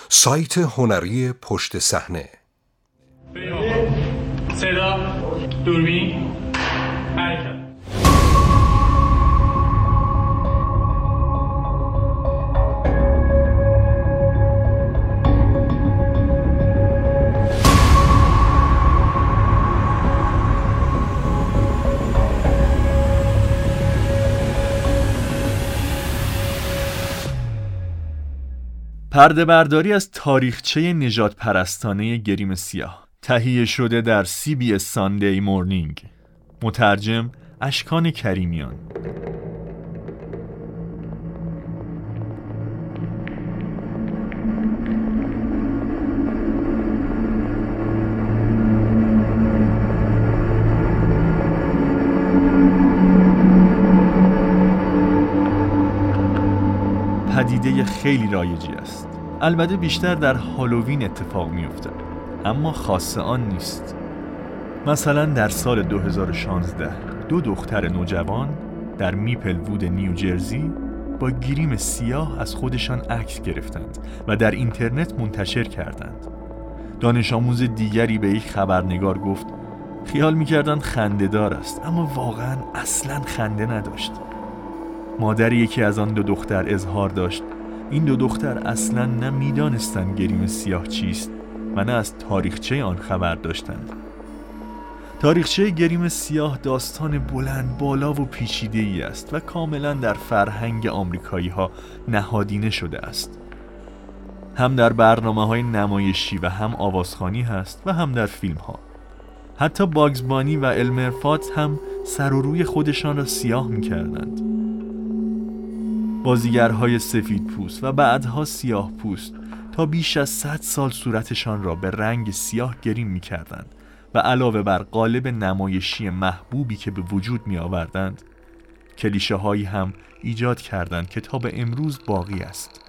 سایت هنری پشت صحنه. صدا، دوربین، حرکت. پرده برداری از تاریخچه نژاد پرستانه گریم سیاه، تهیه شده در CBS ساندی مورنینگ. مترجم اشکان کریمیان. پدیده خیلی رایجی است. البته بیشتر در هالووین اتفاق می‌افتد، اما خاص آن نیست. مثلا در سال 2016 دو دختر نوجوان در میپل وود نیوجرسی با گریم سیاه از خودشان عکس گرفتند و در اینترنت منتشر کردند. دانش آموز دیگری به یک خبرنگار گفت خیال می‌کردند خنده‌دار است، اما واقعاً اصلاً خنده نداشت. مادر یکی از آن دو دختر اظهار داشت این دو دختر اصلاً نه می‌دانستند گریم سیاه چیست و نه از تاریخچه آن خبر داشتند. تاریخچه گریم سیاه داستان بلند بالا و پیچیده‌ای است و کاملاً در فرهنگ آمریکایی‌ها نهادینه شده است. هم در برنامه‌های نمایشی و هم آوازخوانی هست و هم در فیلم‌ها. حتی باگز بانی و المر فات هم سر و روی خودشان را سیاه می‌کردند. بازیگرهای سفید پوست و بعدها سیاه پوست تا بیش از 100 سال صورتشان را به رنگ سیاه گریم می کردند و علاوه بر قالب نمایشی محبوبی که به وجود می آوردند، کلیشه هایی هم ایجاد کردند که تا به امروز باقی است.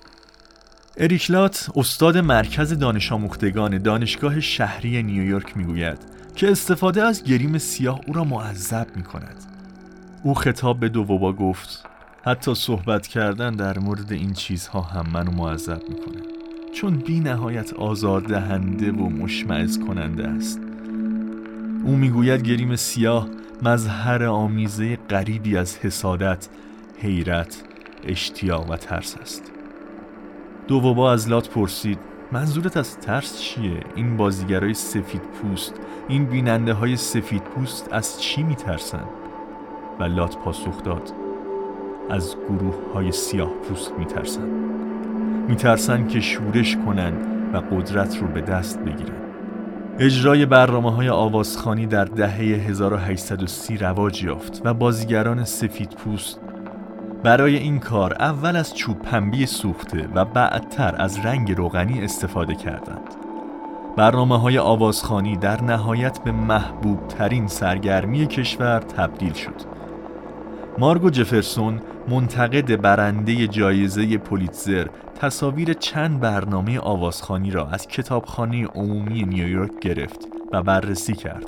اریک لات، استاد مرکز دانش آموختگان دانشگاه شهری نیویورک می گوید که استفاده از گریم سیاه او را معذب می کند. او خطاب به دووبا گفت حتی صحبت کردن در مورد این چیزها هم منو معذب میکنه، چون بی نهایت آزاردهنده و مشمئز کننده است. او میگوید گریم سیاه مظهر آمیزه غریبی از حسادت، حیرت، اشتیاق و ترس است. دووبا از لات پرسید منظورت از ترس چیه؟ این بازیگرای سفید پوست، این بیننده های سفید پوست از چی میترسن؟ و لات پاسخ داد از گروه های سیاه پوست میترسن که شورش کنن و قدرت رو به دست بگیرن. اجرای برنامه‌های آوازخوانی در دهه 1830 رواج یافت و بازیگران سفید پوست برای این کار اول از چوب پنبه سوخته و بعدتر از رنگ روغنی استفاده کردند. برنامه‌های آوازخوانی در نهایت به محبوب ترین سرگرمی کشور تبدیل شد. مارگو جفرسون، منتقد برنده جایزه پولیتزر، تصاویر چند برنامه آوازخوانی را از کتابخانه عمومی نیویورک گرفت و بررسی کرد.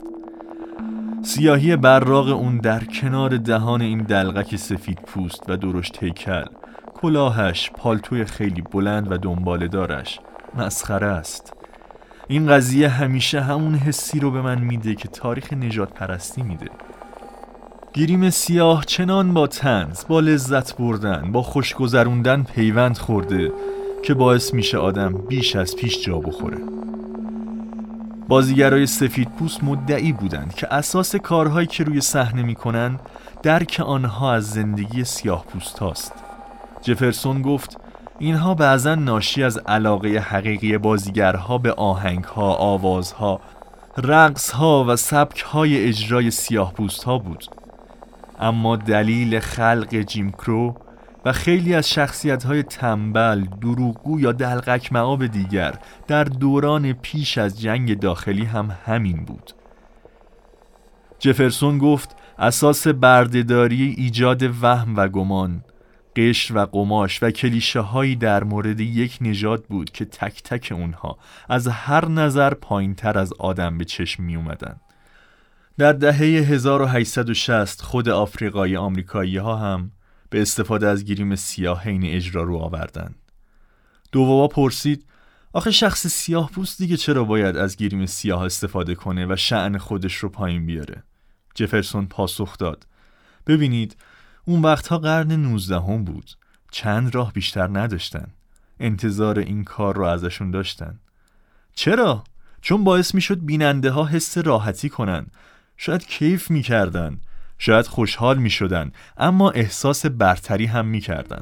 سیاهی براق اون در کنار دهان این دلغک سفید پوست و درشت هیکل، کلاهش، پالتوی خیلی بلند و دنباله‌دارش مسخره است. این قضیه همیشه همون حسی رو به من میده که تاریخ نژاد پرستی میده. گریم سیاه چنان با طنز، با لذت بردن، با خوشگذروندن پیوند خورده که باعث میشه آدم بیش از پیش جا بخوره. بازیگرای سفید پوست مدعی بودند که اساس کارهایی که روی صحنه میکنن درک آنها از زندگی سیاه پوست هاست. جفرسون گفت اینها بعضن ناشی از علاقه حقیقی بازیگرها به آهنگها، آوازها، رقصها و سبکهای اجرای سیاه پوست ها بود. اما دلیل خلق جیم کرو و خیلی از شخصیت‌های تنبل، دروغگو یا دلغک مآب دیگر در دوران پیش از جنگ داخلی هم همین بود. جفرسون گفت اساس بردهداری ایجاد وهم و گمان، قشر و قماش و کلیشه‌هایی در مورد یک نژاد بود که تک تک اونها از هر نظر پایین‌تر از آدم به چشم می اومدن. در دهه 1860 خود آفریقای آمریکایی ها هم به استفاده از گریم سیاه حین اجرا رو آوردن. دووبا پرسید آخه شخص سیاه پوست دیگه چرا باید از گریم سیاه استفاده کنه و شأن خودش رو پایین بیاره؟ جفرسون پاسخ داد: ببینید، اون وقتها قرن 19 بود. چند راه بیشتر نداشتن. انتظار این کار رو ازشون داشتن. چرا؟ چون باعث میشد بیننده ها حس راحتی کنن. شاید کیف میکردن، شاید خوشحال میشدن، اما احساس برتری هم میکردن.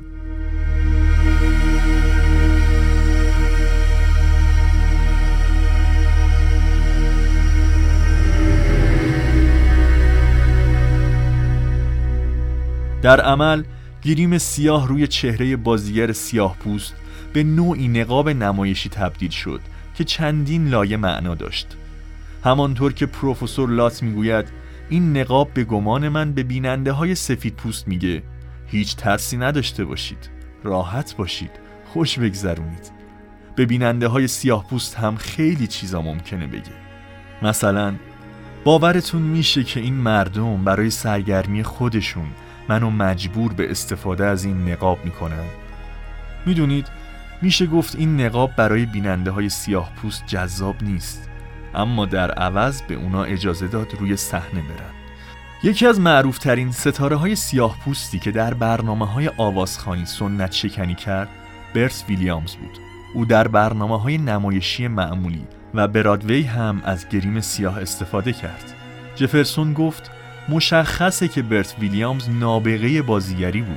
در عمل گریم سیاه روی چهره بازیگر سیاه پوست به نوعی نقاب نمایشی تبدیل شد که چندین لایه معنا داشت. همانطور که پروفسور لات میگوید، این نقاب به گمان من به بیننده های سفید پوست میگه هیچ ترسی نداشته باشید، راحت باشید، خوش بگذرونید. به بیننده های سیاه پوست هم خیلی چیزا ممکنه بگه. مثلا باورتون میشه که این مردم برای سرگرمی خودشون منو مجبور به استفاده از این نقاب میکنن؟ میدونید، میشه گفت این نقاب برای بیننده های سیاه پوست جذاب نیست، اما در عوض به اونا اجازه داد روی صحنه برن. یکی از معروف ترین ستاره های سیاه پوستی که در برنامه های آوازخوانی سنت شکنی کرد برت ویلیامز بود. او در برنامه های نمایشی معمولی و برادوی هم از گریم سیاه استفاده کرد. جفرسون گفت مشخصه که برت ویلیامز نابغه بازیگری بود.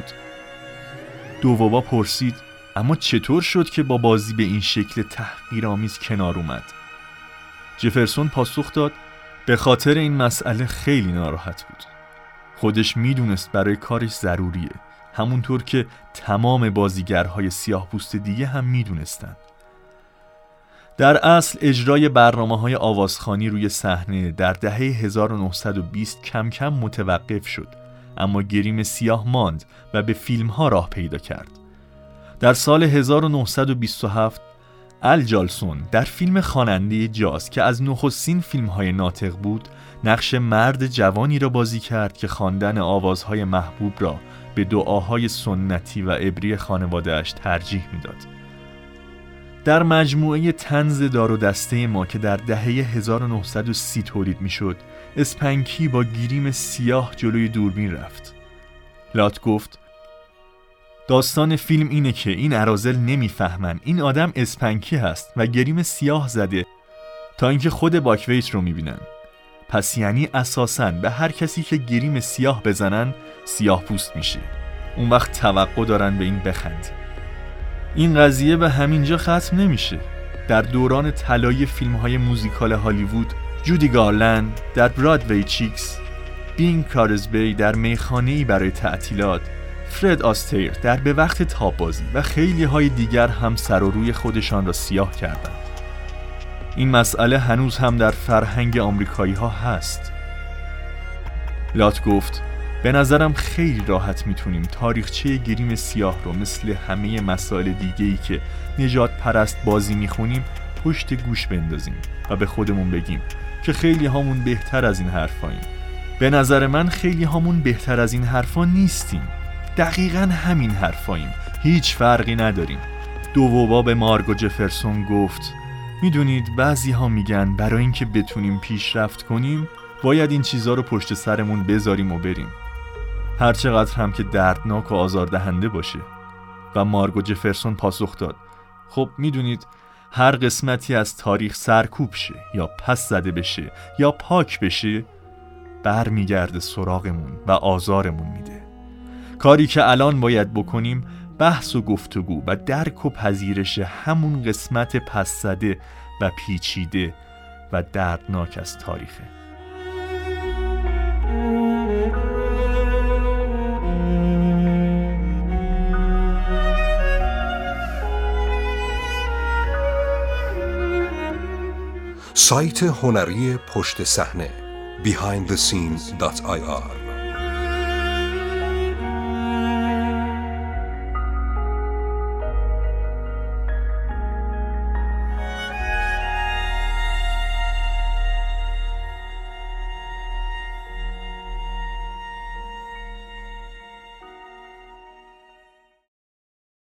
دووبا پرسید اما چطور شد که با بازی به این شکل تحقیرآمیز کنار اومد؟ جفرسون پاسخ داد به خاطر این مسئله خیلی ناراحت بود. خودش میدونست برای کارش ضروریه، همونطور که تمام بازیگرهای سیاه پوست دیگه هم میدونستن. در اصل اجرای برنامه‌های آوازخوانی روی صحنه در دهه 1920 کم کم متوقف شد، اما گریم سیاه ماند و به فیلم‌ها راه پیدا کرد. در سال 1927 ال جالسون در فیلم خواننده جاز که از نخستین فیلم‌های ناطق بود، نقش مرد جوانی را بازی کرد که خواندن آوازهای محبوب را به دعاهای سنتی و عبری خانواده‌اش ترجیح می‌داد. در مجموعه طنز دار و دسته ما که در دهه 1930 تولید می‌شد، اسپنکی با گریم سیاه جلوی دوربین رفت. لات گفت داستان فیلم اینه که این اراذل نمیفهمن این آدم اسپنکی هست و گریم سیاه زده تا اینکه خود باکویت رو میبینن. پس یعنی اساساً به هر کسی که گریم سیاه بزنن سیاه پوست میشه. اون وقت توقع دارن به این بخندیم. این قضیه به همینجا ختم نمیشه. در دوران طلایی فیلم‌های موزیکال هالیوود، جودی گارلند در برادوی چیکس، بینگ کارزبی در میخانه‌ای برای تعطیلات، فرد آستیر در به وقت تاب‌بازی و خیلی های دیگر هم سر و روی خودشان را سیاه کردند. این مسئله هنوز هم در فرهنگ آمریکایی ها هست. لات گفت به نظرم خیلی راحت میتونیم تاریخچه گریم سیاه رو مثل همه مسائل دیگه‌ای که نجات پرست بازی میخونیم پشت گوش بندازیم و به خودمون بگیم که خیلی هامون بهتر از این حرفاییم. به نظر من خیلی هامون بهتر از این حرفا نیستیم. دقیقاً همین حرفاییم. هیچ فرقی نداریم. دووبا به مارگو جفرسون گفت میدونید بعضی ها میگن برای اینکه بتونیم پیشرفت کنیم باید این چیزا رو پشت سرمون بذاریم و بریم، هر چقدر هم که دردناک و آزاردهنده باشه. و مارگو جفرسون پاسخ داد خب میدونید هر قسمتی از تاریخ سرکوب شه یا پس زده بشه یا پاک بشه برمیگرده سراغمون و آزارمون میده. کاری که الان باید بکنیم بحث و گفتگو و درک و پذیرش همون قسمت پس زده و پیچیده و دردناک از تاریخه. سایت هنری پشت صحنه behindthescenes.ir